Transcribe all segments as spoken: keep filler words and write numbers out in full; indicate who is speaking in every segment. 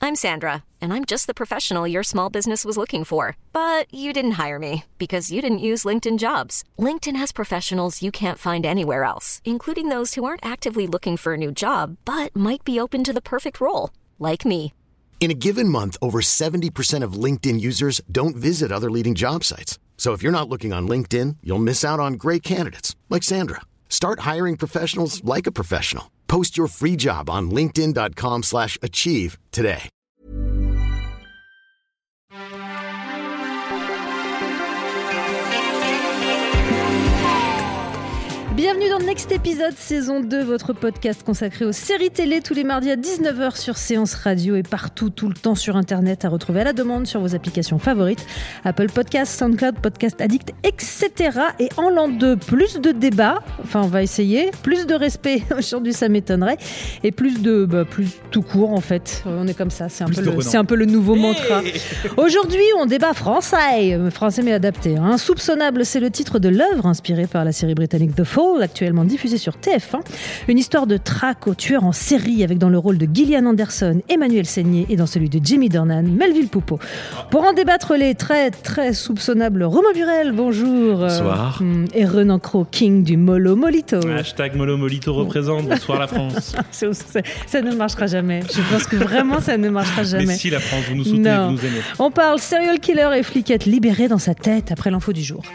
Speaker 1: I'm Sandra, and I'm just the professional your small business was looking for. But you didn't hire me because you didn't use LinkedIn Jobs. LinkedIn has professionals you can't find anywhere else, including those who aren't actively looking for a new job, but might be open to the perfect role, like me.
Speaker 2: In a given month, over seventy percent of LinkedIn users don't visit other leading job sites. So if you're not looking on LinkedIn, you'll miss out on great candidates like Sandra. Start hiring professionals like a professional. Post your free job on linkedin.com slash achieve today.
Speaker 3: Bienvenue dans Next Épisode, saison deux, votre podcast consacré aux séries télé tous les mardis à dix-neuf heures sur Séance Radio et partout, tout le temps sur Internet, à retrouver à la demande sur vos applications favorites, Apple Podcasts, SoundCloud, Podcast Addict, et cetera. Et en l'an deux, plus de débats, enfin on va essayer, plus de respect, aujourd'hui ça m'étonnerait, et plus de, bah, plus tout court en fait, on est comme ça, c'est un, peu le, c'est un peu le nouveau hey mantra. Aujourd'hui on débat français, français mais adapté. Hein. Insoupçonnable, c'est le titre de l'œuvre inspirée par la série britannique The Fall, actuellement diffusée sur T F un. Une histoire de traque aux tueurs en série avec dans le rôle de Gillian Anderson, Emmanuel Seigné et dans celui de Jamie Dornan, Melville Poupeau. Pour en débattre les très très soupçonnables, Romain Burel, bonjour.
Speaker 4: Bonsoir.
Speaker 3: Euh, et Renan Cros, king du Molo Molito.
Speaker 4: Hashtag Molo Molito représente. Bonsoir la France.
Speaker 3: c'est, c'est, ça ne marchera jamais. Je pense que vraiment ça ne marchera jamais.
Speaker 4: Mais si la France, vous nous soutenez,
Speaker 3: non.
Speaker 4: vous nous aimez.
Speaker 3: On parle serial killer et fliquette libérée dans sa tête après l'info du jour.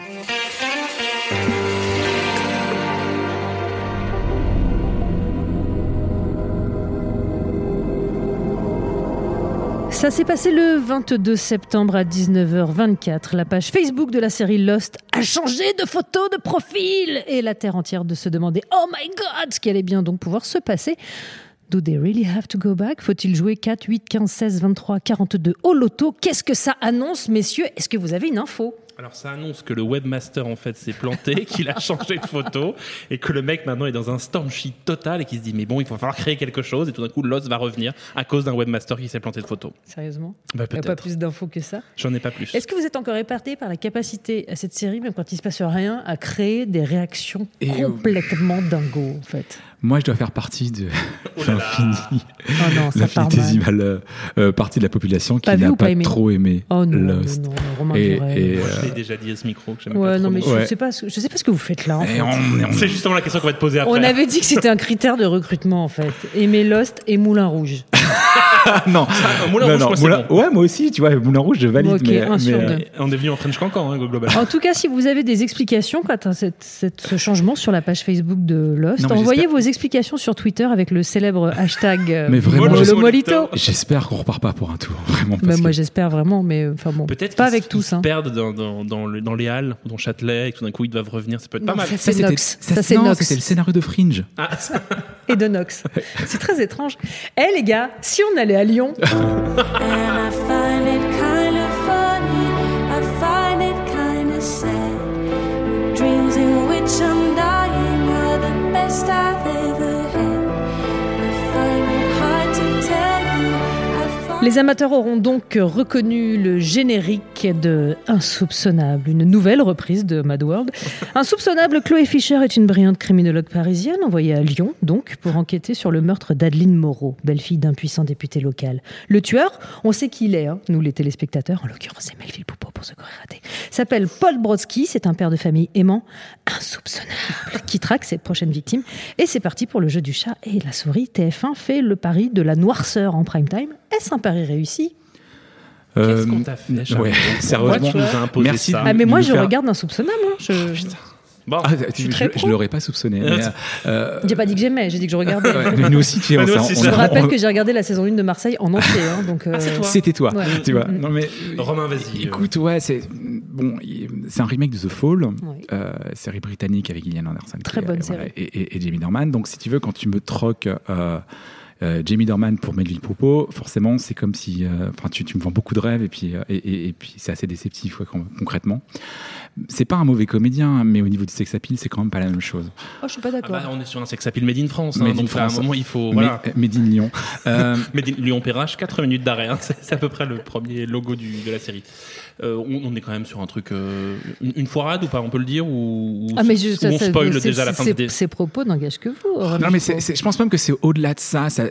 Speaker 3: Ça s'est passé le vingt-deux septembre à dix-neuf heures vingt-quatre. La page Facebook de la série Lost a changé de photo de profil et la terre entière de se demander « Oh my God !» ce qui allait bien donc pouvoir se passer. Do they really have to go back ? Faut-il jouer quatre, huit, quinze, seize, vingt-trois, quarante-deux au loto ? Qu'est-ce que ça annonce, messieurs ? Est-ce que vous avez une info ?
Speaker 4: Alors ça annonce que le webmaster en fait s'est planté, qu'il a changé de photo et que le mec maintenant est dans un storm sheet total et qui se dit mais bon il va falloir créer quelque chose et tout d'un coup Lost va revenir à cause d'un webmaster qui s'est planté de photo.
Speaker 3: Sérieusement ?
Speaker 4: Bah,
Speaker 3: il n'y a pas plus d'infos que ça ?
Speaker 4: J'en ai pas plus.
Speaker 3: Est-ce que vous êtes encore épaté par la capacité à cette série, même quand il se passe rien, à créer des réactions et complètement euh... dingo en fait ?
Speaker 5: Moi, je dois faire partie de
Speaker 4: oh l'infini,
Speaker 3: oh non,
Speaker 5: l'infinitésimale euh, partie de la population qui
Speaker 3: pas
Speaker 5: n'a pas
Speaker 3: pas
Speaker 5: trop aimé
Speaker 3: oh non,
Speaker 5: Lost.
Speaker 3: Non, non, Romain
Speaker 5: et,
Speaker 3: Burel.
Speaker 5: et,
Speaker 4: euh...
Speaker 5: euh...
Speaker 4: Je l'ai déjà dit à ce micro. Que j'aime
Speaker 3: ouais,
Speaker 4: pas
Speaker 3: non,
Speaker 4: trop
Speaker 3: mais
Speaker 4: ouais.
Speaker 3: je sais pas, ce, je sais pas ce que vous faites là. En fait.
Speaker 5: on, on...
Speaker 4: C'est justement la question qu'on va te poser après.
Speaker 3: On avait dit que c'était un critère de recrutement en fait. Aimer Lost et Moulin Rouge.
Speaker 5: non,
Speaker 4: ça, Moulin
Speaker 5: non,
Speaker 4: Rouge,
Speaker 5: non,
Speaker 4: moi,
Speaker 5: Moulin...
Speaker 4: bon.
Speaker 5: Ouais, moi aussi, tu vois, Moulin Rouge, je valide.
Speaker 3: Okay,
Speaker 5: mais,
Speaker 3: un sur
Speaker 5: mais,
Speaker 3: deux.
Speaker 5: euh...
Speaker 4: On est venu en French Cancan, hein, globalement.
Speaker 3: En tout cas, si vous avez des explications quant à cette, cette, ce changement sur la page Facebook de Lost,
Speaker 5: non,
Speaker 3: envoyez vos explications sur Twitter avec le célèbre hashtag euh,
Speaker 5: mais vraiment,
Speaker 3: Molo Molito.
Speaker 5: J'espère qu'on repart pas pour un tour, vraiment.
Speaker 3: Bah,
Speaker 5: que...
Speaker 3: Moi, j'espère vraiment, mais enfin bon,
Speaker 4: peut-être
Speaker 3: pas
Speaker 4: qu'ils
Speaker 3: avec tous.
Speaker 4: Ils se
Speaker 3: hein.
Speaker 4: perdent dans, dans, dans, le, dans les halles, dans Châtelet, et tout d'un coup ils doivent revenir. Ça peut être
Speaker 3: non,
Speaker 4: pas mal.
Speaker 3: Ça, c'est
Speaker 5: ça,
Speaker 3: Nox.
Speaker 5: Ça,
Speaker 3: ça, c'est
Speaker 5: non,
Speaker 3: Nox.
Speaker 5: C'était le scénario de Fringe.
Speaker 4: Ah.
Speaker 3: Et de Nox. C'est très étrange. Eh hey, les gars, si on allait à Lyon.
Speaker 6: And I find it kind of funny, I find it kind of sad. The dreams in which I'm dying are the best I've ever had. I find it hard to tell you.
Speaker 3: Les amateurs auront donc reconnu le générique de Insoupçonnable, une nouvelle reprise de Mad World. Insoupçonnable, Chloé Fisher est une brillante criminologue parisienne envoyée à Lyon, donc, pour enquêter sur le meurtre d'Adeline Moreau, belle-fille d'un puissant député local. Le tueur, on sait qui il est, hein, nous les téléspectateurs, en l'occurrence c'est Melville Poupeau pour ceux qui auraient raté, s'appelle Paul Brodsky, c'est un père de famille aimant, insoupçonnable, qui traque ses prochaines victimes. Et c'est parti pour le jeu du chat et la souris. T F un fait le pari de la noirceur en prime time. Est-ce un pari réussi ?
Speaker 4: Qu'est-ce euh, qu'on t'a fait, Charles ?
Speaker 5: Ouais, sérieusement,
Speaker 4: tu nous as imposé
Speaker 5: merci
Speaker 4: ça.
Speaker 3: Ah mais moi je
Speaker 5: faire...
Speaker 3: regarde Insoupçonnable. Hein. Je...
Speaker 4: Oh, putain. Bon,
Speaker 5: ah, je, je, je l'aurais pas soupçonné. Mais,
Speaker 3: euh, j'ai pas dit que j'aimais, j'ai dit que je regardais.
Speaker 5: Ouais, mais nous aussi, tu sais, on,
Speaker 4: nous
Speaker 5: on,
Speaker 4: aussi,
Speaker 5: on,
Speaker 3: je
Speaker 5: on,
Speaker 3: rappelle
Speaker 5: on...
Speaker 3: que j'ai regardé la saison un de Marseille en entier. Hein, donc, euh...
Speaker 4: ah, c'est toi.
Speaker 5: C'était toi,
Speaker 3: ouais.
Speaker 5: tu vois.
Speaker 3: Mm-hmm.
Speaker 5: Non, mais,
Speaker 4: Romain, vas-y.
Speaker 5: Écoute, ouais, c'est bon, c'est un remake de The Fall,
Speaker 3: oui.
Speaker 5: euh, série britannique avec Gillian Anderson.
Speaker 3: Très
Speaker 5: qui,
Speaker 3: bonne
Speaker 5: euh,
Speaker 3: série.
Speaker 5: Voilà, et, et, et Jamie Dornan. Donc, si tu veux, quand tu me troques euh, euh, Jamie Dornan pour Melville Poupeau, forcément, c'est comme si, enfin, euh, tu, tu me vends beaucoup de rêves et puis, euh, et, et, et puis c'est assez déceptif, ouais, concrètement. C'est pas un mauvais comédien, mais au niveau du sex appeal, c'est quand même pas la même chose.
Speaker 3: Oh, je suis pas d'accord.
Speaker 4: Ah bah, on est sur un sex appeal made in France,
Speaker 5: hein,
Speaker 4: donc in France. À un moment il faut. Voilà.
Speaker 5: Made in Lyon.
Speaker 4: euh... Made in Lyon Perrache, quatre minutes d'arrêt. Hein. C'est, c'est à peu près le premier logo du, de la série. Euh, on, on est quand même sur un truc, euh, une, une foirade ou pas, on peut le dire, ou,
Speaker 3: ah mais
Speaker 4: ou
Speaker 3: je,
Speaker 4: on
Speaker 3: ça,
Speaker 4: spoil
Speaker 3: c'est,
Speaker 4: déjà
Speaker 3: c'est,
Speaker 4: la fin
Speaker 3: c'est,
Speaker 4: de.
Speaker 3: Ces propos n'engagent que vous.
Speaker 5: Non mais c'est, c'est, je pense même que c'est au-delà de ça. ça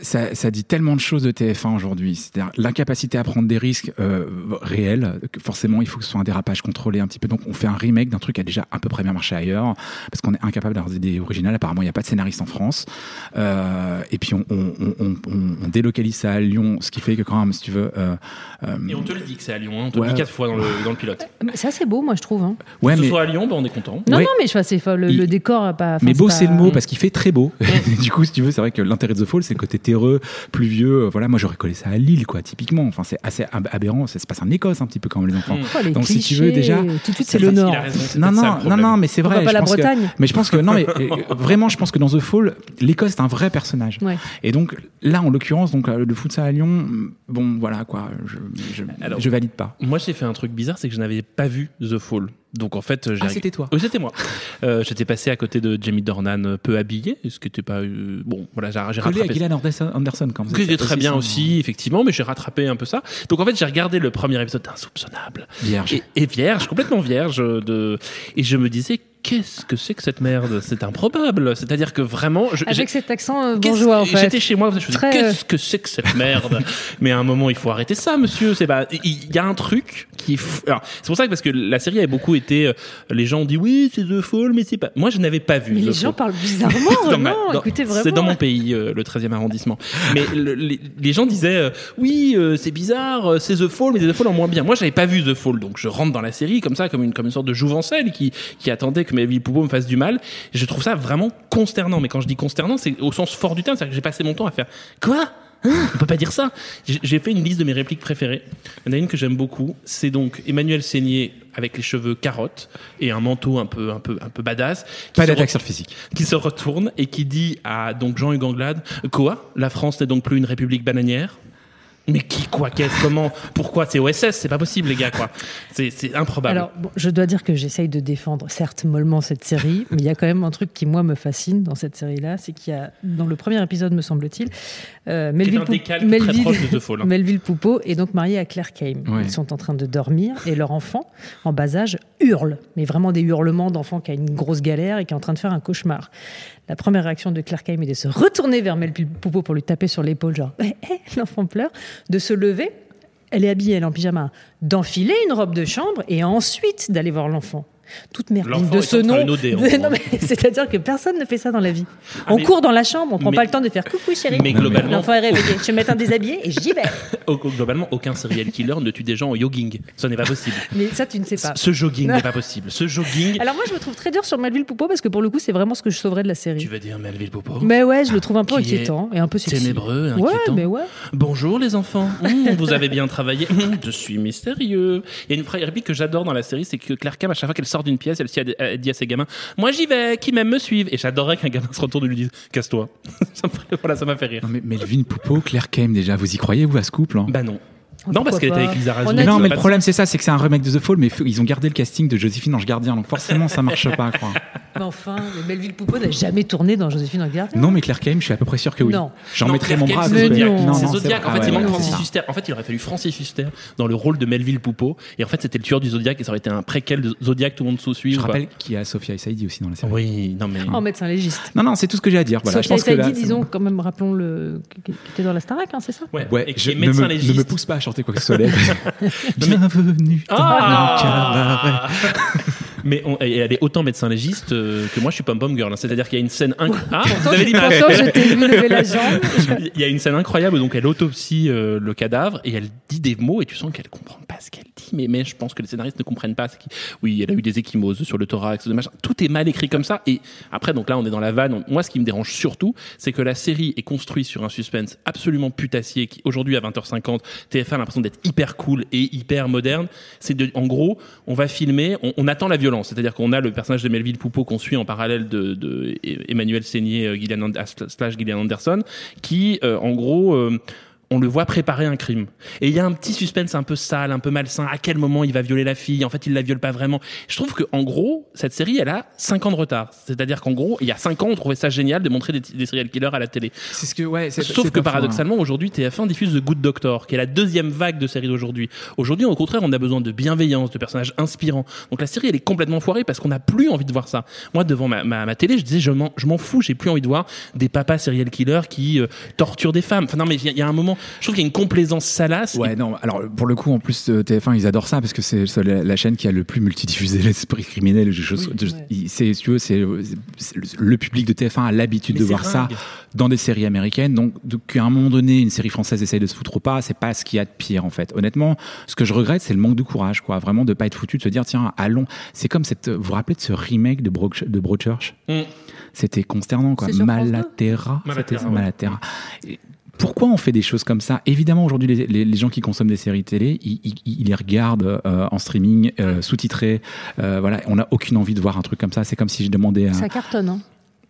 Speaker 5: ça, ça dit tellement de choses de T F un aujourd'hui. C'est-à-dire l'incapacité à prendre des risques euh, réels. Forcément, il faut que ce soit un dérapage contrôlé un petit peu. Donc, on fait un remake d'un truc qui a déjà à peu près bien marché ailleurs, parce qu'on est incapable d'avoir des idées originales. Apparemment, il n'y a pas de scénariste en France. Euh, et puis, on, on, on, on, on délocalise ça à Lyon, ce qui fait que quand même, si tu veux... Euh, euh,
Speaker 4: Et on te le dit que c'est à Lyon, hein. On te
Speaker 5: ouais.
Speaker 4: le dit quatre fois dans le, dans le pilote.
Speaker 3: C'est assez beau, moi, je trouve. Hein.
Speaker 5: ouais,
Speaker 4: que
Speaker 5: mais...
Speaker 4: ce soit à Lyon, bah, on est content.
Speaker 3: Non,
Speaker 5: Ouais.
Speaker 3: non, mais je vois, c'est le,
Speaker 5: Il...
Speaker 3: le décor a pas.
Speaker 5: Mais beau,
Speaker 3: c'est,
Speaker 5: c'est
Speaker 3: pas...
Speaker 5: le mot, parce qu'il fait très beau. Du coup, si tu veux, c'est vrai que l'intérêt de The Fall, c'est le côté terreux, pluvieux. Voilà, moi, j'aurais collé ça à Lille, quoi, typiquement. Enfin, c'est assez aberrant. Ça se passe en Écosse, un petit peu, quand même, les enfants.
Speaker 3: Oh, les
Speaker 5: Donc,
Speaker 3: clichés,
Speaker 5: si tu veux, déjà.
Speaker 3: Tout de suite, c'est
Speaker 4: Ça,
Speaker 3: le
Speaker 4: il a
Speaker 3: Nord.
Speaker 4: raison, c'est
Speaker 5: Non,
Speaker 4: peut-être ça, le
Speaker 5: non, non,
Speaker 4: problème.
Speaker 5: non, mais c'est vrai.
Speaker 3: Pourquoi pas
Speaker 5: je
Speaker 3: la
Speaker 5: pense que-
Speaker 3: Bretagne
Speaker 5: Mais je pense que, non, mais euh, vraiment, je pense que dans The Fall, l'Écosse est un vrai personnage.
Speaker 3: Ouais.
Speaker 5: Et donc, là, en l'occurrence, donc, euh, le foot ça à Lyon, bon, voilà, quoi, je, je,
Speaker 4: Alors,
Speaker 5: je valide pas.
Speaker 4: Moi, j'ai fait un truc bizarre, c'est que je n'avais pas vu The Fall. Donc en fait, j'ai
Speaker 5: Ah, c'était toi.
Speaker 4: Oui, c'était moi. Euh, j'étais passé à côté de Jamie Dornan, euh, peu habillé, ce qui n'était pas euh, bon. Voilà, j'ai, j'ai
Speaker 5: Collé à
Speaker 4: rattrapé.
Speaker 5: Gillian Anderson, Anderson quand même.
Speaker 4: Que c'était très bien
Speaker 5: son-
Speaker 4: aussi, effectivement, mais j'ai rattrapé un peu ça. Donc en fait, j'ai regardé le premier épisode d'Insoupçonnable.
Speaker 5: Vierge.
Speaker 4: Et, et vierge, complètement vierge. De... Et je me disais, qu'est-ce que c'est que cette merde? C'est improbable. C'est-à-dire que vraiment. Je,
Speaker 3: Avec
Speaker 4: j'ai...
Speaker 3: cet accent euh,
Speaker 4: Qu'est-ce-
Speaker 3: bourgeois, en fait.
Speaker 4: J'étais chez moi, je me disais,
Speaker 3: Très,
Speaker 4: qu'est-ce que c'est que cette merde? Mais à un moment, il faut arrêter ça, monsieur. C'est pas, il y a un truc qui est fou. Alors, c'est pour ça que parce que la série a beaucoup été, euh, les gens ont dit oui, c'est The Fall, mais c'est pas. Moi, je n'avais pas vu.
Speaker 3: Mais
Speaker 4: The
Speaker 3: les
Speaker 4: Fall.
Speaker 3: gens parlent bizarrement,
Speaker 4: Dans ma-
Speaker 3: vraiment.
Speaker 4: dans-
Speaker 3: Écoutez, vraiment.
Speaker 4: C'est dans mon pays, euh, le treizième arrondissement. Mais le- les, les gens disaient euh, oui, euh, c'est bizarre, euh, c'est The Fall, mais c'est The Fall en moins bien. Moi, j'avais pas vu The Fall, donc je rentre dans la série comme ça, comme une comme une sorte de jouvencelle qui qui attendait que Melville Poupeau me fasse du mal. Et je trouve ça vraiment consternant. Mais quand je dis consternant, c'est au sens fort du terme, c'est-à-dire que j'ai passé mon temps à faire quoi? Hein, on peut pas dire ça. J'ai, j'ai fait une liste de mes répliques préférées. Il y en a une que j'aime beaucoup. C'est donc Emmanuel Seigné avec les cheveux carottes et un manteau un peu, un peu, un peu badass. Qui
Speaker 5: Pas
Speaker 4: se
Speaker 5: d'attaque
Speaker 4: re-
Speaker 5: sur le physique.
Speaker 4: Qui se retourne et qui dit à donc Jean-Hugues Anglade, quoi? La France n'est donc plus une république bananière? Mais qui, quoi, qu'est-ce, comment, pourquoi? C'est O S S, c'est pas possible, les gars, quoi. C'est, c'est improbable.
Speaker 3: Alors, bon, je dois dire que j'essaye de défendre, certes, mollement cette série, mais il y a quand même un truc qui, moi, me fascine dans cette série-là, c'est qu'il y a, dans le premier épisode, me semble-t-il, euh, Melville,
Speaker 4: un
Speaker 3: Pou-
Speaker 4: décalque très proche de The Fall, hein.
Speaker 3: Melville Poupeau est donc marié à Claire Kame.
Speaker 5: Ouais.
Speaker 3: Ils sont en train de dormir et leur enfant, en bas âge, hurle, mais vraiment des hurlements d'enfant qui a une grosse galère et qui est en train de faire un cauchemar. La première réaction de Claire Kame est de se retourner vers Melville Poupeau pour lui taper sur l'épaule, genre hey, hey, l'enfant pleure, de se lever, elle est habillée, elle est en pyjama, d'enfiler une robe de chambre et ensuite d'aller voir l'enfant. Toute merdine
Speaker 4: L'enfant
Speaker 3: de
Speaker 4: est
Speaker 3: ce
Speaker 4: en train
Speaker 3: nom.
Speaker 4: de noder, en
Speaker 3: de-
Speaker 4: gros.
Speaker 3: non, mais c'est-à-dire que personne ne fait ça dans la vie.
Speaker 4: Ah,
Speaker 3: on
Speaker 4: mais-
Speaker 3: court dans la chambre, on prend
Speaker 4: mais-
Speaker 3: pas le temps de faire coucou chérie.
Speaker 4: Mais globalement,
Speaker 3: L'enfant est réveillé. Je vais mettre un déshabillé et j'y vais.
Speaker 4: au- globalement, aucun serial killer ne tue des gens au jogging. Ce n'est pas possible.
Speaker 3: Mais ça, tu ne sais pas.
Speaker 4: Ce jogging n'est pas possible. Ce jogging.
Speaker 3: Alors moi, je me trouve très dur sur Melville Poupeau parce que pour le coup, c'est vraiment ce que je sauverais de la série.
Speaker 4: Tu veux dire Melville Poupeau?
Speaker 3: Mais ouais, je le trouve un peu
Speaker 4: Qui est
Speaker 3: inquiétant et un peu sexy.
Speaker 4: ténébreux,
Speaker 3: Ouais,
Speaker 4: inquiétant.
Speaker 3: mais ouais.
Speaker 4: Bonjour les enfants, Mmh, vous avez bien travaillé. Mmh, je suis mystérieux. Il y a une phrase- réplique que j'adore dans la série, c'est que Claire Kame, à chaque fois qu'elle sort d'une pièce, elle, s'y a- elle dit à ses gamins, moi j'y vais, qui m'aime me suivent. Et j'adorerais qu'un gamin se retourne et lui dise, casse-toi. Ça me ferait- voilà, ça m'a fait rire.
Speaker 5: Non, mais Melvin Poupeau, Claire Kame, déjà, vous y croyez, vous, à ce couple hein
Speaker 4: Bah non.
Speaker 3: Oh,
Speaker 4: Non, parce
Speaker 3: pourquoi
Speaker 4: qu'elle était
Speaker 3: pas.
Speaker 4: avec Lisa
Speaker 3: On
Speaker 4: Razou.
Speaker 3: a
Speaker 5: Mais non,
Speaker 3: dit-
Speaker 5: mais le problème, c'est ça, c'est que c'est un remake de The Fall, mais f- ils ont gardé le casting de Joséphine Ange Gardien, donc forcément, ça marche pas, quoi.
Speaker 3: Mais enfin, mais Melville Poupeau n'a jamais tourné dans Joséphine en Gardien.
Speaker 5: Non, mais Claire Kame, je suis à peu près sûr que oui.
Speaker 3: Non.
Speaker 5: J'en
Speaker 4: Non,
Speaker 5: mettrais
Speaker 4: Claire
Speaker 5: mon
Speaker 4: Kame,
Speaker 5: bras à
Speaker 4: c'est
Speaker 3: Mais
Speaker 5: Zodiac.
Speaker 3: non.
Speaker 5: Non,
Speaker 4: C'est
Speaker 5: non,
Speaker 4: Zodiac,
Speaker 5: vrai.
Speaker 4: en fait,
Speaker 5: Ah
Speaker 4: il
Speaker 5: ouais,
Speaker 4: manque
Speaker 5: ouais,
Speaker 4: Francis
Speaker 5: c'est ça.
Speaker 4: Huster. En fait, il aurait fallu Francis Huster dans le rôle de Melville Poupeau. Et en fait, c'était le tueur du Zodiac et ça aurait été un préquel de Zodiac, tout le monde se suit.
Speaker 5: Je
Speaker 4: ou pas.
Speaker 5: rappelle qu'il y a Sophia Saidi aussi dans la série.
Speaker 4: Oui, non mais.
Speaker 3: En médecin légiste.
Speaker 5: Non, non, c'est tout ce que j'ai à dire. Voilà, je
Speaker 3: Sophia
Speaker 5: pense que là,
Speaker 3: Saidi,
Speaker 5: c'est
Speaker 3: disons,
Speaker 5: bon.
Speaker 3: quand même, rappelons-le, qui qui était dans la Starac, hein, c'est ça?
Speaker 4: Ouais,
Speaker 5: Ouais,
Speaker 4: et qui
Speaker 5: je,
Speaker 4: est
Speaker 5: ne,
Speaker 4: médecin
Speaker 5: me,
Speaker 4: légiste.
Speaker 5: ne me pousse pas à chanter quoi que ce soit. Bienvenue dans
Speaker 4: Ah
Speaker 5: mon cabaret.
Speaker 4: Mais on- et elle est autant médecin légiste euh, que moi je suis pom-pom girl. C'est-à-dire qu'il y a une scène incroyable. Ah, vous avez l'image.
Speaker 3: Pourtant, je t'ai vu lever la jambe.
Speaker 4: Il y a une scène incroyable donc elle autopsie euh, le cadavre et elle dit des mots et tu sens qu'elle comprend pas ce qu'elle dit. Mais, mais je pense que les scénaristes ne comprennent pas. Ce qui... Oui, elle a eu des ecchymoses sur le thorax, machin. Tout est mal écrit comme ça. Et après, donc là, on est dans la vanne. Moi, ce qui me dérange surtout, c'est que la série est construite sur un suspense absolument putassier qui, aujourd'hui, à vingt heures cinquante, T F un a l'impression d'être hyper cool et hyper moderne. C'est de, en gros, on va filmer, on, on attend la violence. C'est-à-dire qu'on a le personnage de Melville Poupeau qu'on suit en parallèle de, de Emmanuel Seigné, euh, Gillian And- slash Gillian Anderson, qui, euh, en gros, euh, on le voit préparer un crime. Et il y a un petit suspense un peu sale, un peu malsain. À quel moment il va violer la fille? En fait, il la viole pas vraiment. Je trouve que, en gros, cette série, elle a cinq ans de retard. C'est-à-dire qu'en gros, il y a cinq ans, on trouvait ça génial de montrer des, des serial killers à la télé.
Speaker 5: C'est ce que, ouais, c'est,
Speaker 4: Sauf
Speaker 5: c'est
Speaker 4: que
Speaker 5: pas
Speaker 4: paradoxalement, aujourd'hui, T F un diffuse The Good Doctor, qui est la deuxième vague de séries d'aujourd'hui. Aujourd'hui, au contraire, on a besoin de bienveillance, de personnages inspirants. Donc la série, elle est complètement foirée parce qu'on n'a plus envie de voir ça. Moi, devant ma, ma, ma télé, je disais, je m'en, je m'en fous, j'ai plus envie de voir des papas serial killers qui euh, torturent des femmes. Enfin non, mais il y, y a un moment, je trouve qu'il y a une complaisance salace.
Speaker 5: Ouais,
Speaker 4: et...
Speaker 5: non, alors pour le coup, en plus, T F un, ils adorent ça parce que c'est, c'est la, la chaîne qui a le plus multidiffusé l'esprit criminel. Chose,
Speaker 3: oui,
Speaker 5: de,
Speaker 3: ouais.
Speaker 5: c'est, si tu veux, c'est, c'est, le public de T F un a l'habitude
Speaker 4: mais
Speaker 5: de voir
Speaker 4: ringue.
Speaker 5: ça dans des séries américaines. Donc, de, qu'à un moment donné, une série française essaye de se foutre au pas, c'est pas ce qu'il y a de pire, en fait. Honnêtement, ce que je regrette, c'est le manque de courage, quoi. Vraiment, de pas être foutu, de se dire, tiens, allons. C'est comme cette, vous vous rappelez de ce remake de, Bro- de Broadchurch?
Speaker 4: Mm.
Speaker 5: C'était consternant, quoi.
Speaker 3: C'est sur France deux?
Speaker 5: Malaterra.
Speaker 4: Malaterra,
Speaker 5: C'était
Speaker 4: ouais.
Speaker 5: Malaterra. Et pourquoi on fait des choses comme ça? Évidemment, aujourd'hui, les, les, les gens qui consomment des séries télé, ils, ils, ils les regardent euh, en streaming, euh, sous-titrés. Euh, voilà, on n'a aucune envie de voir un truc comme ça. C'est comme si je demandais à...
Speaker 3: Ça cartonne, hein.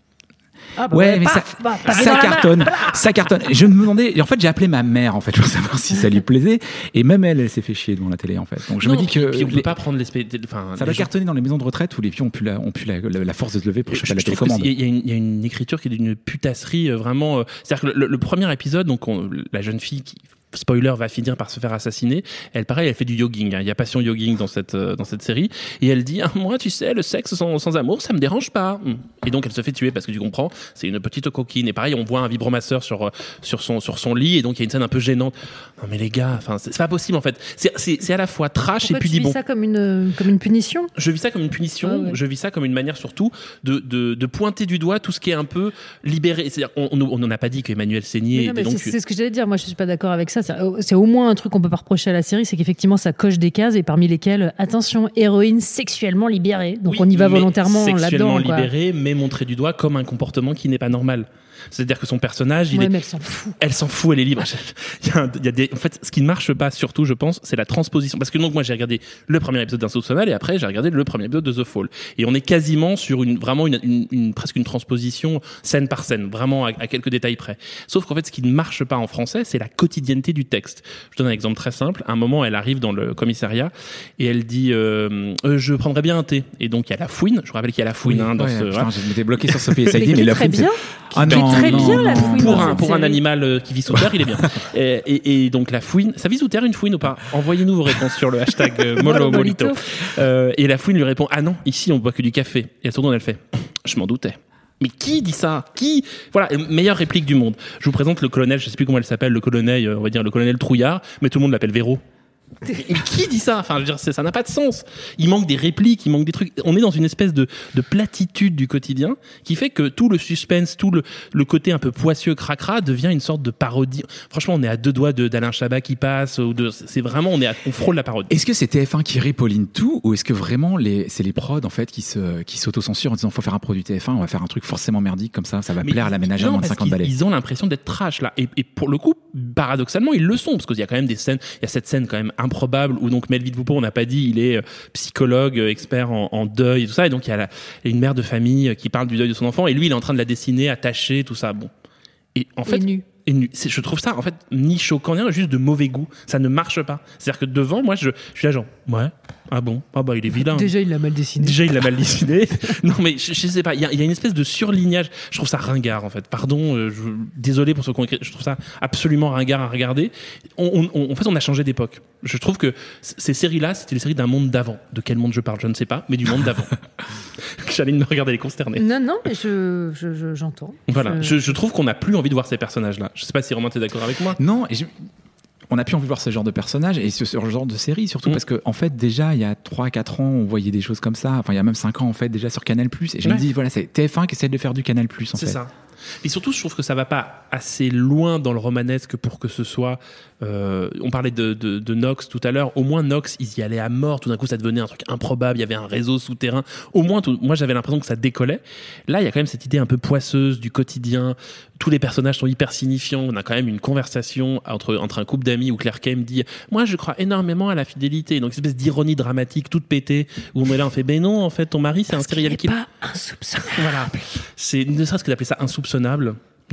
Speaker 3: Ah bah
Speaker 5: Ouais,
Speaker 3: ouais,
Speaker 5: mais
Speaker 3: paf,
Speaker 5: ça,
Speaker 3: bah, pavé
Speaker 5: ça
Speaker 3: dans la main.
Speaker 5: cartonne, ça cartonne. Je me demandais, et en fait, j'ai appelé ma mère, en fait, pour savoir si ça lui plaisait. Et même elle, elle s'est fait chier devant la télé, en fait. Donc je
Speaker 4: Non,
Speaker 5: me dis
Speaker 4: puis,
Speaker 5: que
Speaker 4: puis on peut
Speaker 5: les-
Speaker 4: pas prendre l'espèce. Enfin,
Speaker 5: ça
Speaker 4: les
Speaker 5: va
Speaker 4: gens-
Speaker 5: cartonner dans les maisons de retraite où les vieux ont pu la, ont pu la, la, la force de se lever pour choper
Speaker 4: Je
Speaker 5: la
Speaker 4: trouve que
Speaker 5: télécommande.
Speaker 4: c'est- Il y, a une- il y a une écriture qui est d'une putasserie euh, vraiment. euh, C'est-à-dire que le, le premier épisode, donc on- la jeune fille qui spoiler va finir par se faire assassiner. Elle pareil, elle fait du jogging. Hein. Il y a passion jogging dans cette euh, dans cette série et elle dit ah, moi tu sais le sexe sans, sans amour ça me dérange pas. Et donc elle se fait tuer parce que tu comprends c'est une petite coquine et pareil on voit un vibromasseur sur sur son sur son lit et donc il y a une scène un peu gênante. Non mais les gars, enfin c'est, c'est pas possible en fait. C'est c'est c'est à la fois trash
Speaker 3: Pourquoi
Speaker 4: et puis
Speaker 3: tu vis
Speaker 4: bon.
Speaker 3: ça comme une, comme une punition?
Speaker 4: Je vis ça comme une punition,
Speaker 3: Ah ouais.
Speaker 4: je vis ça comme une manière surtout de, de, de pointer du doigt tout ce qui est un peu libéré. C'est-à-dire, on n'en a pas dit qu'Emmanuel Seigné
Speaker 3: Mais non, mais
Speaker 4: était donc...
Speaker 3: c'est, c'est ce que j'allais dire. Moi, je suis pas d'accord avec ça. C'est, c'est au moins un truc qu'on peut pas reprocher à la série, c'est qu'effectivement, ça coche des cases et parmi lesquelles, attention, héroïne sexuellement libérée. Donc
Speaker 4: Oui,
Speaker 3: on y va
Speaker 4: mais
Speaker 3: volontairement
Speaker 4: sexuellement
Speaker 3: là-dedans. quoi.
Speaker 4: libéré, mais montré du doigt comme un comportement qui n'est pas normal. C'est-à-dire que son personnage, il
Speaker 3: Ouais,
Speaker 4: est...
Speaker 3: mais elle s'en fout.
Speaker 4: Elle s'en fout, elle est libre. Il y a un- il y a des... En fait, ce qui ne marche pas, surtout, je pense, c'est la transposition. Parce que donc, moi, j'ai regardé le premier épisode d'Insoupçonnable et après, j'ai regardé le premier épisode de The Fall. Et on est quasiment sur une, vraiment une, une, une- presque une transposition scène par scène, vraiment à, à quelques détails près. Sauf qu'en fait, ce qui ne marche pas en français, c'est la quotidienneté du texte. Je donne un exemple très simple. À un moment, elle arrive dans le commissariat et elle dit, euh, euh, je prendrais bien un thé. Et donc, il y a la fouine. Je vous rappelle qu'il y a la fouine, hein, dans
Speaker 5: Ouais,
Speaker 4: ce,
Speaker 5: putain,
Speaker 4: voilà.
Speaker 5: je m'étais bloqué sur Sophie et Saïdi,
Speaker 3: Mais
Speaker 5: mais
Speaker 3: qui est
Speaker 5: la
Speaker 3: très
Speaker 5: fouine, c'est-
Speaker 3: bien.
Speaker 5: Ah
Speaker 3: Qui est
Speaker 5: non,
Speaker 3: très
Speaker 5: non,
Speaker 3: bien, la
Speaker 5: non.
Speaker 3: fouine.
Speaker 4: pour
Speaker 3: dans
Speaker 4: un
Speaker 3: cette
Speaker 4: pour un
Speaker 3: série.
Speaker 4: animal euh, qui vit sous terre, il est bien. Et, et, et donc la fouine, ça vit sous terre une fouine ou pas? Envoyez-nous vos réponses sur le hashtag euh, Molo Molito. Euh, et la fouine lui répond ah non, ici on boit que du café. Et elle se retourne, elle fait je m'en doutais. Mais qui dit ça? Qui? Voilà, meilleure réplique du monde. Je vous présente le colonel, je sais plus comment elle s'appelle, le colonel, euh, on va dire le colonel Trouillard, mais tout le monde l'appelle Véro. Mais qui dit ça? Enfin, je veux dire, c'est- ça n'a pas de sens. Il manque des répliques, il manque des trucs. On est dans une espèce de, de platitude du quotidien qui fait que tout le suspense, tout le, le côté un peu poisseux, cracra, devient une sorte de parodie. Franchement, on est à deux doigts de, d'Alain Chabat qui passe. Ou de, c'est vraiment, on est, à, on frôle la parodie.
Speaker 5: Est-ce que c'est T F un qui ripolline tout ou est-ce que vraiment les, c'est les prods en fait qui se qui s'autocensurent en disant faut faire un produit T F un, on va faire un truc forcément merdique comme ça, ça va
Speaker 4: Mais
Speaker 5: plaire à la ménagère
Speaker 4: non,
Speaker 5: moins de
Speaker 4: parce
Speaker 5: cinquante
Speaker 4: qu'ils-
Speaker 5: balais.
Speaker 4: Ils ont l'impression d'être trash là. Et, et pour le coup, paradoxalement, ils le sont parce qu'il y a quand même des scènes. Il y a cette scène quand même improbable où donc Melville Poupeau, on n'a pas dit, il est euh, psychologue, euh, expert en, en deuil et tout ça. Et donc il y a la, il y a une mère de famille euh, qui parle du deuil de son enfant et lui, il est en train de la dessiner, attacher, tout ça. Bon. Et en fait,
Speaker 3: Et nu.
Speaker 4: et nu. C'est- je trouve ça en fait ni choquant ni rien, juste de mauvais goût. Ça ne marche pas. C'est-à-dire que devant, moi, je, je suis là genre ouais, ah bon, ah bah il est vilain.
Speaker 3: Déjà, il l'a mal dessiné.
Speaker 4: Déjà, il l'a mal dessiné. Non, mais je, je sais pas. Il y, a, il y a une espèce de surlignage. Je trouve ça ringard, en fait. Pardon. euh, je, désolé pour ceux qui ont écrit. Je trouve ça absolument ringard à regarder. On, on- en fait, on a changé d'époque. Je trouve que c- ces séries-là, c'était les séries d'un monde d'avant. De quel monde je parle, je ne sais pas, mais du monde d'avant. J'allais me regarder les consternés.
Speaker 3: Non, non, mais je, je, je- j'entends.
Speaker 4: Voilà.
Speaker 3: Je-
Speaker 4: Je, je trouve qu'on n'a plus envie de voir ces personnages-là. Je sais pas si Romain t'es d'accord avec moi.
Speaker 5: Non, et je- on a plus envie de voir ce genre de personnage et ce, ce genre de série surtout
Speaker 4: Mm.
Speaker 5: parce que en fait déjà il y a trois quatre ans on voyait des choses comme ça, enfin il y a même cinq ans en fait déjà sur Canal+, et je
Speaker 4: Ouais.
Speaker 5: me dis voilà c'est T F un qui essaie de faire du Canal+, en
Speaker 4: C'est
Speaker 5: fait.
Speaker 4: ça. Et surtout, je trouve que ça va pas assez loin dans le romanesque pour que ce soit. Euh, on parlait de, de, de Nox tout à l'heure. Au moins, Nox, ils y allaient à mort. Tout d'un coup, ça devenait un truc improbable. Il y avait un réseau souterrain. Au moins, tout- moi, j'avais l'impression que ça décollait. Là, il y a quand même cette idée un peu poisseuse du quotidien. Tous les personnages sont hyper signifiants. On a quand même une conversation entre, entre un couple d'amis où Claire Kane dit moi, je crois énormément à la fidélité. Donc, une espèce d'ironie dramatique toute pétée où on est là, on fait ben non, en fait, ton mari, c'est un serial killer.
Speaker 3: Pas insoupçonnable.
Speaker 4: Voilà. C'est ne serait-ce que d'appeler ça insoupçonnable.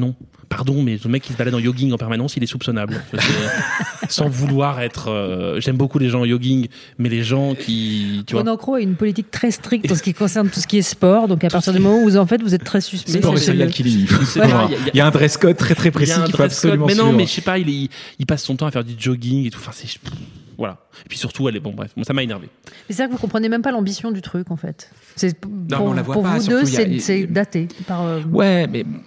Speaker 4: non. Pardon, mais le mec qui se balade en jogging en permanence, il est soupçonnable. Sans vouloir être... Euh, j'aime beaucoup les gens en jogging, mais les gens qui... Tu vois,
Speaker 3: Renan Cros a une politique très stricte en ce qui concerne tout ce qui est sport, donc à partir du moment où vous, en fait, vous êtes très suspect.
Speaker 5: Sport et
Speaker 3: c'est-
Speaker 5: serial killing.
Speaker 4: C'est vrai, il y a-
Speaker 5: Il y a un dress code très très
Speaker 4: il y
Speaker 5: précis
Speaker 4: a un
Speaker 5: qu'il faut
Speaker 4: dress code,
Speaker 5: absolument
Speaker 4: mais non,
Speaker 5: suivre.
Speaker 4: mais je sais pas, il, est- il passe son temps à faire du jogging et tout. Enfin, c'est... Voilà. Et puis surtout, elle est... Bon, bref, bon, ça m'a énervé.
Speaker 3: Mais c'est vrai que vous comprenez même pas l'ambition du truc, en fait. C'est, pour
Speaker 5: mais on la voit
Speaker 3: pour
Speaker 5: pas,
Speaker 3: vous
Speaker 5: surtout,
Speaker 3: deux,
Speaker 5: il y a-
Speaker 3: c'est,
Speaker 5: il y a-
Speaker 3: c'est daté. Par, euh,
Speaker 5: Ouais, mais bon.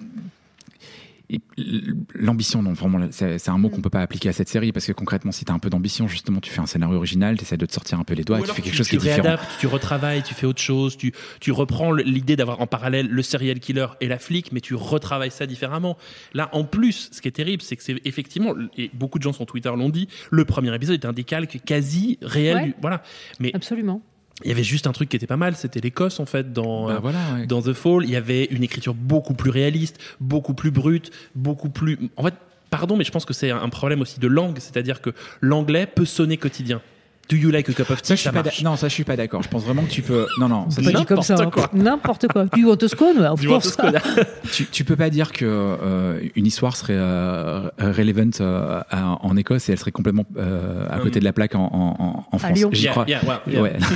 Speaker 5: Et l'ambition, non, vraiment, c'est, c'est un mot qu'on peut pas appliquer à cette série parce que concrètement, si tu as un peu d'ambition, justement, tu fais un scénario original, tu essaies de te sortir un peu les doigts,
Speaker 4: Ou
Speaker 5: et tu
Speaker 4: alors
Speaker 5: fais quelque
Speaker 4: tu,
Speaker 5: chose
Speaker 4: tu
Speaker 5: qui est différent.
Speaker 4: réadaptes, tu retravailles, tu fais autre chose, tu, tu reprends l'idée d'avoir en parallèle le serial killer et la flic, mais tu retravailles ça différemment. Là, en plus, ce qui est terrible, c'est que c'est effectivement, et beaucoup de gens sur Twitter l'ont dit, le premier épisode est un décalque quasi réel.
Speaker 3: Ouais.
Speaker 4: Du, voilà. Mais
Speaker 3: Absolument.
Speaker 4: il y avait juste un truc qui était pas mal, c'était l'Écosse en fait dans,
Speaker 5: Bah
Speaker 4: euh,
Speaker 5: voilà, ouais.
Speaker 4: dans The Fall. Il y avait une écriture beaucoup plus réaliste, beaucoup plus brute, beaucoup plus... En fait, pardon, mais je pense que c'est un problème aussi de langue, c'est-à-dire que l'anglais peut sonner quotidien. Do you like a cup of tea?
Speaker 5: Ça, je suis
Speaker 4: Ça
Speaker 5: pas
Speaker 4: marche.
Speaker 5: d'a- non, ça, je suis pas d'accord. Je pense vraiment que tu peux. Non, non, ça,
Speaker 3: Pas
Speaker 5: c'est-
Speaker 3: dit comme ça.
Speaker 4: n'importe
Speaker 3: hein. N'importe quoi. Du Autoscone, of
Speaker 4: Du
Speaker 3: course.
Speaker 4: Skoda.
Speaker 5: tu, tu peux pas dire que euh, une histoire serait euh, relevant euh, à- en Écosse et elle serait complètement euh, à côté de la plaque en, en, en France.
Speaker 3: Lyon.
Speaker 5: J'y
Speaker 4: Yeah,
Speaker 5: crois.
Speaker 4: yeah, well, yeah.
Speaker 5: Ouais.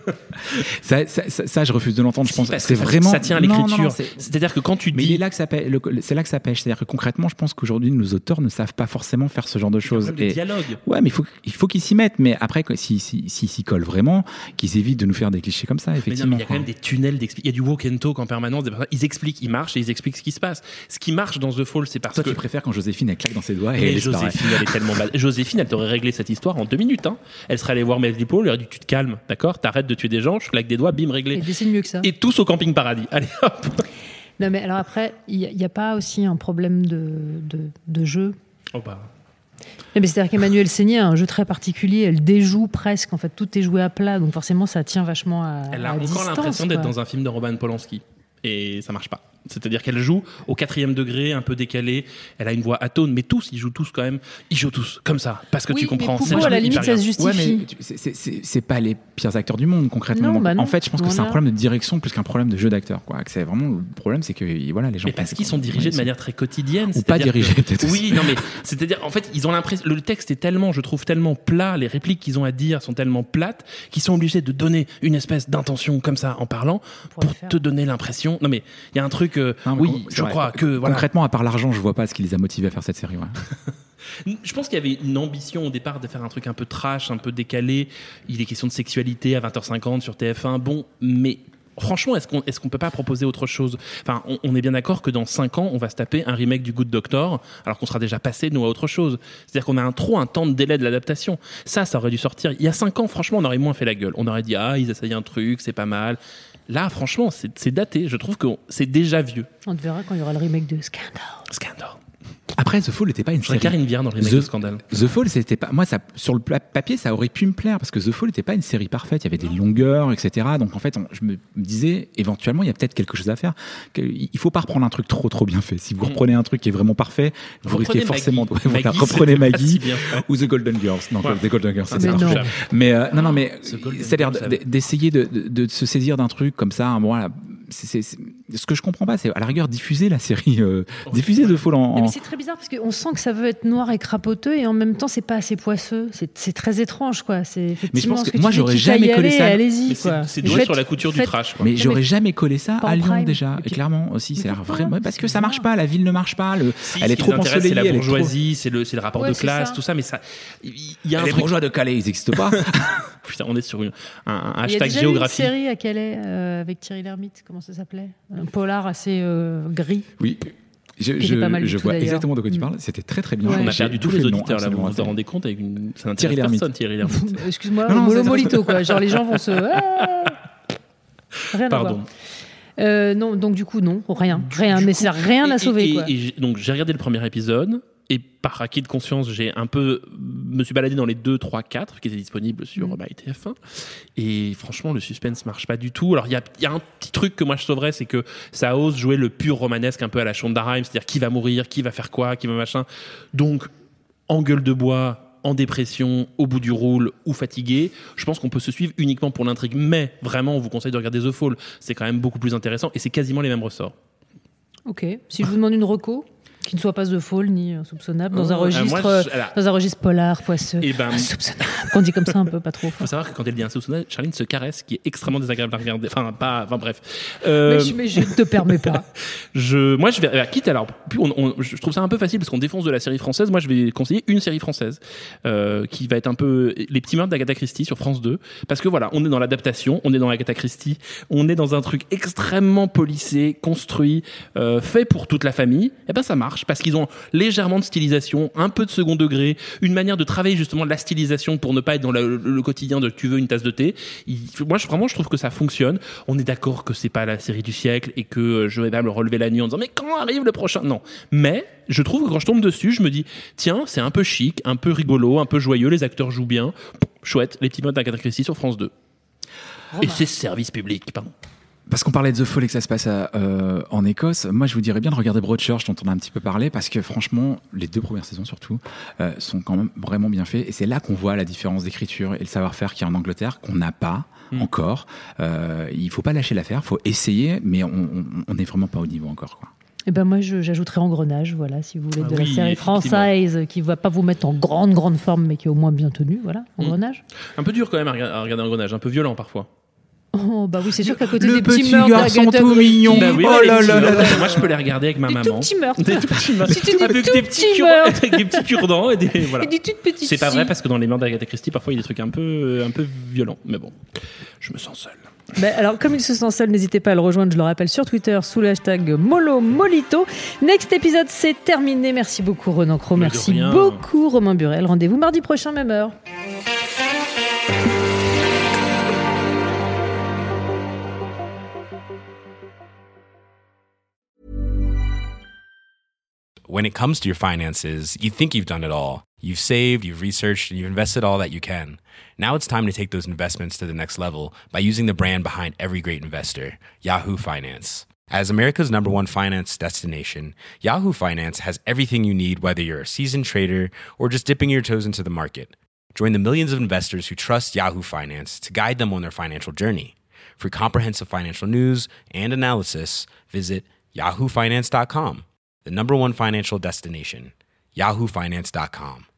Speaker 5: ça, ça, ça, ça, je refuse de l'entendre. Je pense
Speaker 4: Si, parce
Speaker 5: c'est
Speaker 4: que ça-
Speaker 5: vraiment.
Speaker 4: ça tient à
Speaker 5: Non, non, non,
Speaker 4: l'écriture.
Speaker 5: c'est-
Speaker 4: C'est-à-dire que quand tu
Speaker 5: Mais
Speaker 4: dis...
Speaker 5: il est là que ça pêche, le- c'est là que ça pêche. C'est-à-dire que concrètement, je pense qu'aujourd'hui, nos auteurs ne savent pas forcément faire ce genre de choses.
Speaker 4: problème de
Speaker 5: Et-
Speaker 4: dialogue.
Speaker 5: Ouais, mais il faut, il faut qu'ils s'y mettent. Mais après, quoi, s'ils si, si, s'y collent vraiment, qu'ils évitent de nous faire des clichés comme ça,
Speaker 4: Mais non,
Speaker 5: effectivement.
Speaker 4: mais il y a quand même des tunnels d'explication. Il y a du walk and talk en permanence. Des personnes- Ils expliquent, ils marchent et ils expliquent ce qui se passe. Ce qui marche dans The Fall, c'est parce
Speaker 5: Toi,
Speaker 4: que...
Speaker 5: tu préfères quand Joséphine, elle claque dans ses doigts et
Speaker 4: Mais
Speaker 5: elle disparaît.
Speaker 4: Joséphine, elle est tellement bad. Joséphine, elle t'aurait réglé cette histoire en deux minutes. Hein. Elle serait allée voir Melville Paul, elle aurait dit tu te calmes, d'accord, t'arrêtes de tuer des gens, je claque des doigts, bim,
Speaker 3: Et
Speaker 4: réglé.
Speaker 3: dessine mieux que ça.
Speaker 4: Et tous au camping paradis. Allez hop.
Speaker 3: Non, mais alors après, il n'y a, a pas aussi un problème de, de, de jeu.
Speaker 4: Oh bah.
Speaker 3: Non, mais c'est-à-dire qu'Emmanuel Seigné a un jeu très particulier. Elle déjoue presque. En fait, tout est joué à plat. Donc forcément, ça tient vachement à,
Speaker 4: Elle a
Speaker 3: à
Speaker 4: encore
Speaker 3: distance.
Speaker 4: l'impression d'être
Speaker 3: quoi.
Speaker 4: dans un film de Roman Polanski. Et ça marche pas. C'est-à-dire qu'elle joue au quatrième degré, un peu décalé. Elle a une voix atone, mais tous, ils jouent tous quand même. Ils jouent tous comme ça, parce que
Speaker 3: Oui,
Speaker 4: tu comprends.
Speaker 3: mais Poupeau,
Speaker 4: C'est
Speaker 3: à la
Speaker 4: hyper
Speaker 3: limite, ça
Speaker 4: bien.
Speaker 3: se justifie.
Speaker 5: Ouais, mais tu- c'est- c'est- c'est c'est pas les pires acteurs du monde concrètement.
Speaker 3: Non,
Speaker 5: Donc,
Speaker 3: bah non,
Speaker 5: en fait, je pense que
Speaker 3: loin
Speaker 5: c'est
Speaker 3: de
Speaker 5: un
Speaker 3: là.
Speaker 5: problème de direction plus qu'un problème de jeu d'acteur. Quoi. Que c'est vraiment le problème, c'est que voilà, les gens.
Speaker 4: Mais parce
Speaker 5: pensent
Speaker 4: qu'ils sont
Speaker 5: qu'on-
Speaker 4: dirigés
Speaker 5: ils
Speaker 4: de
Speaker 5: sont-
Speaker 4: manière très quotidienne.
Speaker 5: Ou pas
Speaker 4: c'est-à-dire
Speaker 5: dirigés,
Speaker 4: que-
Speaker 5: peut-être aussi.
Speaker 4: Oui, non, mais c'est-à-dire, en fait, ils ont l'impression. Le texte est tellement, je trouve, tellement plat, les répliques qu'ils ont à dire sont tellement plates, qu'ils sont obligés de donner une espèce d'intention comme ça en parlant
Speaker 3: pourrait
Speaker 4: pour
Speaker 3: le faire.
Speaker 4: te donner l'impression. Non, mais il y a un truc. euh,
Speaker 5: Non, mais
Speaker 4: oui,
Speaker 5: con-
Speaker 4: je
Speaker 5: c'est vrai.
Speaker 4: crois que. Voilà.
Speaker 5: Concrètement, à part l'argent, je vois pas ce qui les a motivés à faire cette série. Ouais.
Speaker 4: Je pense qu'il y avait une ambition au départ de faire un truc un peu trash, un peu décalé. Il est question de sexualité à vingt heures cinquante sur T F un. Bon, mais franchement, est-ce qu'on est-ce qu'on peut pas proposer autre chose? Enfin, on, on est bien d'accord que dans cinq ans, on va se taper un remake du Good Doctor, alors qu'on sera déjà passé nous à autre chose. C'est-à-dire qu'on a un trop un temps de délai de l'adaptation. Ça, ça aurait dû sortir il y a cinq ans. Franchement, on aurait moins fait la gueule. On aurait dit ah, ils essayent un truc, c'est pas mal. Là, franchement, c'est c'est daté. Je trouve que c'est déjà vieux.
Speaker 3: On te verra quand il y aura le remake de Scandal.
Speaker 4: Scandale.
Speaker 5: Après, The Fall n'était pas une
Speaker 4: Je serais
Speaker 5: série.
Speaker 4: Karine Viard dans le remake
Speaker 5: The-
Speaker 4: de Scandale.
Speaker 5: The Fall, c'était pas. Moi, ça, sur le pla- papier, ça aurait pu me plaire parce que The Fall n'était pas une série parfaite. Il y avait des longueurs, et cetera. Donc, en fait, on- je me disais, éventuellement, il y a peut-être quelque chose à faire. Que- Il faut pas reprendre un truc trop, trop bien fait. Si vous reprenez un truc qui est vraiment parfait, vous
Speaker 4: Reprenez
Speaker 5: risquez forcément.
Speaker 4: Maggie.
Speaker 5: de- voilà,
Speaker 4: Maggie,
Speaker 5: reprenez
Speaker 4: c'était pas
Speaker 5: Maggie
Speaker 4: si bien fait.
Speaker 5: ou The Golden Girls. Non,
Speaker 4: Ouais.
Speaker 5: The Golden Girls,
Speaker 4: Ah,
Speaker 5: c'était
Speaker 3: mais
Speaker 5: parfait.
Speaker 3: non.
Speaker 5: Mais euh, non, non, mais
Speaker 4: The Golden
Speaker 5: c'est-à-dire
Speaker 4: Girls,
Speaker 5: d- d'essayer de, de, de se saisir d'un truc comme ça. Bon, voilà. C'est, c'est- c'est- ce que je comprends pas, c'est à la rigueur diffuser la série, euh, diffuser The Fall en.
Speaker 3: Non, mais
Speaker 5: en-
Speaker 3: c'est très bizarre parce qu'on sent que ça veut être noir et crapoteux et en même temps c'est pas assez poisseux. C'est, c'est très étrange quoi. C'est effectivement
Speaker 5: pense
Speaker 3: ce
Speaker 5: que
Speaker 3: que
Speaker 5: moi,
Speaker 3: tu
Speaker 5: j'aurais
Speaker 3: dis, quitte à
Speaker 5: jamais
Speaker 3: y
Speaker 5: collé
Speaker 3: aller,
Speaker 5: ça.
Speaker 3: Allez-y
Speaker 4: Mais
Speaker 3: quoi.
Speaker 4: c'est c'est
Speaker 3: Mais
Speaker 4: doué
Speaker 3: faites-
Speaker 4: sur la couture du
Speaker 3: faites-
Speaker 4: trash. Quoi.
Speaker 5: Mais
Speaker 3: mais
Speaker 5: j'aurais jamais collé ça
Speaker 3: pas
Speaker 5: à
Speaker 3: en
Speaker 5: Lyon
Speaker 3: prime.
Speaker 5: déjà,
Speaker 3: Et puis-
Speaker 5: clairement aussi. C'est
Speaker 3: Mais
Speaker 5: la
Speaker 3: pourquoi
Speaker 5: vraie- parce que ça
Speaker 3: C'est
Speaker 5: marche
Speaker 3: bizarre.
Speaker 5: pas, la ville ne marche pas, le,
Speaker 4: Si,
Speaker 5: elle
Speaker 4: ce
Speaker 5: est
Speaker 4: qui
Speaker 5: trop
Speaker 4: les intéresse,
Speaker 5: ensoleillée,
Speaker 4: c'est la
Speaker 5: elle est trop.
Speaker 4: bourgeoisie, c'est le, c'est le rapport
Speaker 3: Ouais,
Speaker 4: de
Speaker 3: c'est
Speaker 4: classe,
Speaker 3: ça.
Speaker 4: tout ça, mais ça, il y a un
Speaker 5: Les
Speaker 4: truc.
Speaker 5: bourgeois de Calais, ils n'existent pas.
Speaker 4: Putain, on est sur une- un, un
Speaker 3: Il y a
Speaker 4: hashtag
Speaker 3: déjà eu
Speaker 4: géographie.
Speaker 3: une série à Calais euh, avec Thierry Lhermitte, comment ça s'appelait? Un polar assez euh, gris.
Speaker 5: Oui. Je,
Speaker 3: Qui
Speaker 5: je,
Speaker 3: était pas mal du
Speaker 5: je
Speaker 3: tout,
Speaker 5: vois
Speaker 3: d'ailleurs.
Speaker 5: exactement de quoi tu
Speaker 3: Mm.
Speaker 5: parles. C'était très très bien.
Speaker 3: Ouais.
Speaker 4: On a
Speaker 5: J'ai
Speaker 4: perdu tous
Speaker 5: bouffé
Speaker 4: les
Speaker 5: le nom,
Speaker 4: auditeurs là, vous
Speaker 5: absolument,
Speaker 4: vous en rendez compte avec une... Ça n'intéresse
Speaker 5: Thierry Lhermitte.
Speaker 4: personne, Thierry Lhermitte.
Speaker 3: Excuse-moi,
Speaker 5: Non, non,
Speaker 3: mollo
Speaker 5: c'est-
Speaker 3: molito quoi. Genre les gens vont se. Ah rien à
Speaker 4: Pardon.
Speaker 3: voir. Euh, non, donc du coup non, rien, rien. Mais c'est rien
Speaker 4: Et-
Speaker 3: à
Speaker 4: et-
Speaker 3: sauver
Speaker 4: et-
Speaker 3: quoi.
Speaker 4: et j'ai- donc j'ai regardé le premier épisode et par acquis de conscience, j'ai un peu me suis baladé dans les deux, trois, quatre qui étaient disponibles sur
Speaker 3: Mm.
Speaker 4: bah, T F un et franchement le suspense marche pas du tout. Alors il y a, il y a un petit truc que moi je sauverais, c'est que ça ose jouer le pur romanesque un peu à la Shonda Rhimes, c'est-à-dire qui va mourir, qui va faire quoi, qui va machin. Donc en gueule de bois, en dépression, au bout du roule ou fatigué, je pense qu'on peut se suivre uniquement pour l'intrigue. Mais vraiment, on vous conseille de regarder The Fall. C'est quand même beaucoup plus intéressant et c'est quasiment les mêmes ressorts.
Speaker 3: Ok. Si je vous demande une reco, Qui ne soit pas The Fall ni insoupçonnable dans,
Speaker 4: Oh,
Speaker 3: un registre,
Speaker 4: euh, moi, je- alors-
Speaker 3: dans un registre polar, poisseux.
Speaker 4: Eh ben-
Speaker 3: Insoupçonnable. On dit comme ça un peu, pas trop
Speaker 4: Il
Speaker 3: fort.
Speaker 4: faut savoir que quand elle dit insoupçonnable, Charline se caresse, qui est extrêmement désagréable à regarder. Enfin, pas, enfin bref. Euh,
Speaker 3: Mais, je, mais je ne te permets pas.
Speaker 4: je, moi, je vais, alors, quitte alors, plus on, on- je trouve ça un peu facile parce qu'on défonce de la série française. Moi, je vais conseiller une série française euh, qui va être un peu Les Petits Meurtres d'Agatha Christie sur France deux, parce que voilà, on est dans l'adaptation, on est dans Agatha Christie, on est dans un truc extrêmement policé, construit, euh, fait pour toute la famille. Et ben, ça marche parce qu'ils ont légèrement de stylisation, un peu de second degré, une manière de travailler justement de la stylisation pour ne pas être dans le, le- le quotidien de tu veux une tasse de thé. Il- moi, je, vraiment, je trouve que ça fonctionne. On est d'accord que c'est pas la série du siècle et que euh, je vais pas me relever la nuit en disant mais quand arrive le prochain? Non. Mais je trouve que quand je tombe dessus, je me dis tiens, c'est un peu chic, un peu rigolo, un peu joyeux, les acteurs jouent bien. Chouette, Les Petits Meurtres d'Agatha Christie sur France deux. Et c'est service public, pardon.
Speaker 5: Parce qu'on parlait de The Fall et que ça se passe à, euh, en Écosse, moi je vous dirais bien de regarder Broadchurch dont on a un petit peu parlé, parce que franchement, les deux premières saisons surtout, euh, sont quand même vraiment bien faites, et c'est là qu'on voit la différence d'écriture et le savoir-faire qu'il y a en Angleterre, qu'on n'a pas mmh. encore. Euh, il faut pas lâcher l'affaire, il faut essayer, mais on n'est vraiment pas au niveau encore, quoi.
Speaker 3: Eh ben moi, je, j'ajouterais Engrenage, voilà, si vous voulez, de
Speaker 4: Ah
Speaker 3: la
Speaker 4: oui,
Speaker 3: série française qui ne va pas vous mettre en grande, grande forme, mais qui est au moins bien tenue, voilà, Engrenage.
Speaker 4: Mmh. Un peu dur quand même à regarder, à regarder Engrenage, un peu violent parfois.
Speaker 3: Oh, bah oui, c'est sûr qu'à côté
Speaker 5: le
Speaker 3: des petits
Speaker 5: petit
Speaker 3: meurtres
Speaker 5: garçon
Speaker 3: d'Agatha
Speaker 5: tout
Speaker 3: Christie,
Speaker 5: mignon.
Speaker 4: Bah oui,
Speaker 5: Oh
Speaker 4: mais
Speaker 5: là
Speaker 4: les
Speaker 5: là
Speaker 4: petits
Speaker 5: là
Speaker 4: meurtres,
Speaker 5: là.
Speaker 4: moi je peux les regarder avec ma
Speaker 3: des
Speaker 4: maman.
Speaker 3: tout petits meurtres.
Speaker 4: Des tout petits meurtres.
Speaker 3: Si tu dis
Speaker 4: avec
Speaker 3: tout
Speaker 4: des
Speaker 3: petits
Speaker 4: petits cure-
Speaker 3: meurtres.
Speaker 4: avec des petits cure-dents et des voilà.
Speaker 3: Et des toutes petites
Speaker 4: C'est pas vrai
Speaker 3: filles.
Speaker 4: parce que dans les meurtres d'Agatha Christie, parfois il y a des trucs un peu, un peu violents. Mais bon, je me sens seul.
Speaker 3: Ben, alors, comme il se sent seul, n'hésitez pas à le rejoindre, je le rappelle, sur Twitter, sous le hashtag Molo Molito. Next épisode, c'est terminé. Merci beaucoup, Renan Cros.
Speaker 4: Mais de
Speaker 3: Merci
Speaker 4: rien.
Speaker 3: beaucoup, Romain Burel. Rendez-vous mardi prochain, même heure.
Speaker 7: When it comes to your finances, you think you've done it all. You've saved, you've researched, and you've invested all that you can. Now it's time to take those investments to the next level by using the brand behind every great investor, Yahoo Finance. As America's number one finance destination, Yahoo Finance has everything you need, whether you're a seasoned trader or just dipping your toes into the market. Join the millions of investors who trust Yahoo Finance to guide them on their financial journey. For comprehensive financial news and analysis, visit yahoo finance dot com. The number one financial destination, yahoo finance dot com.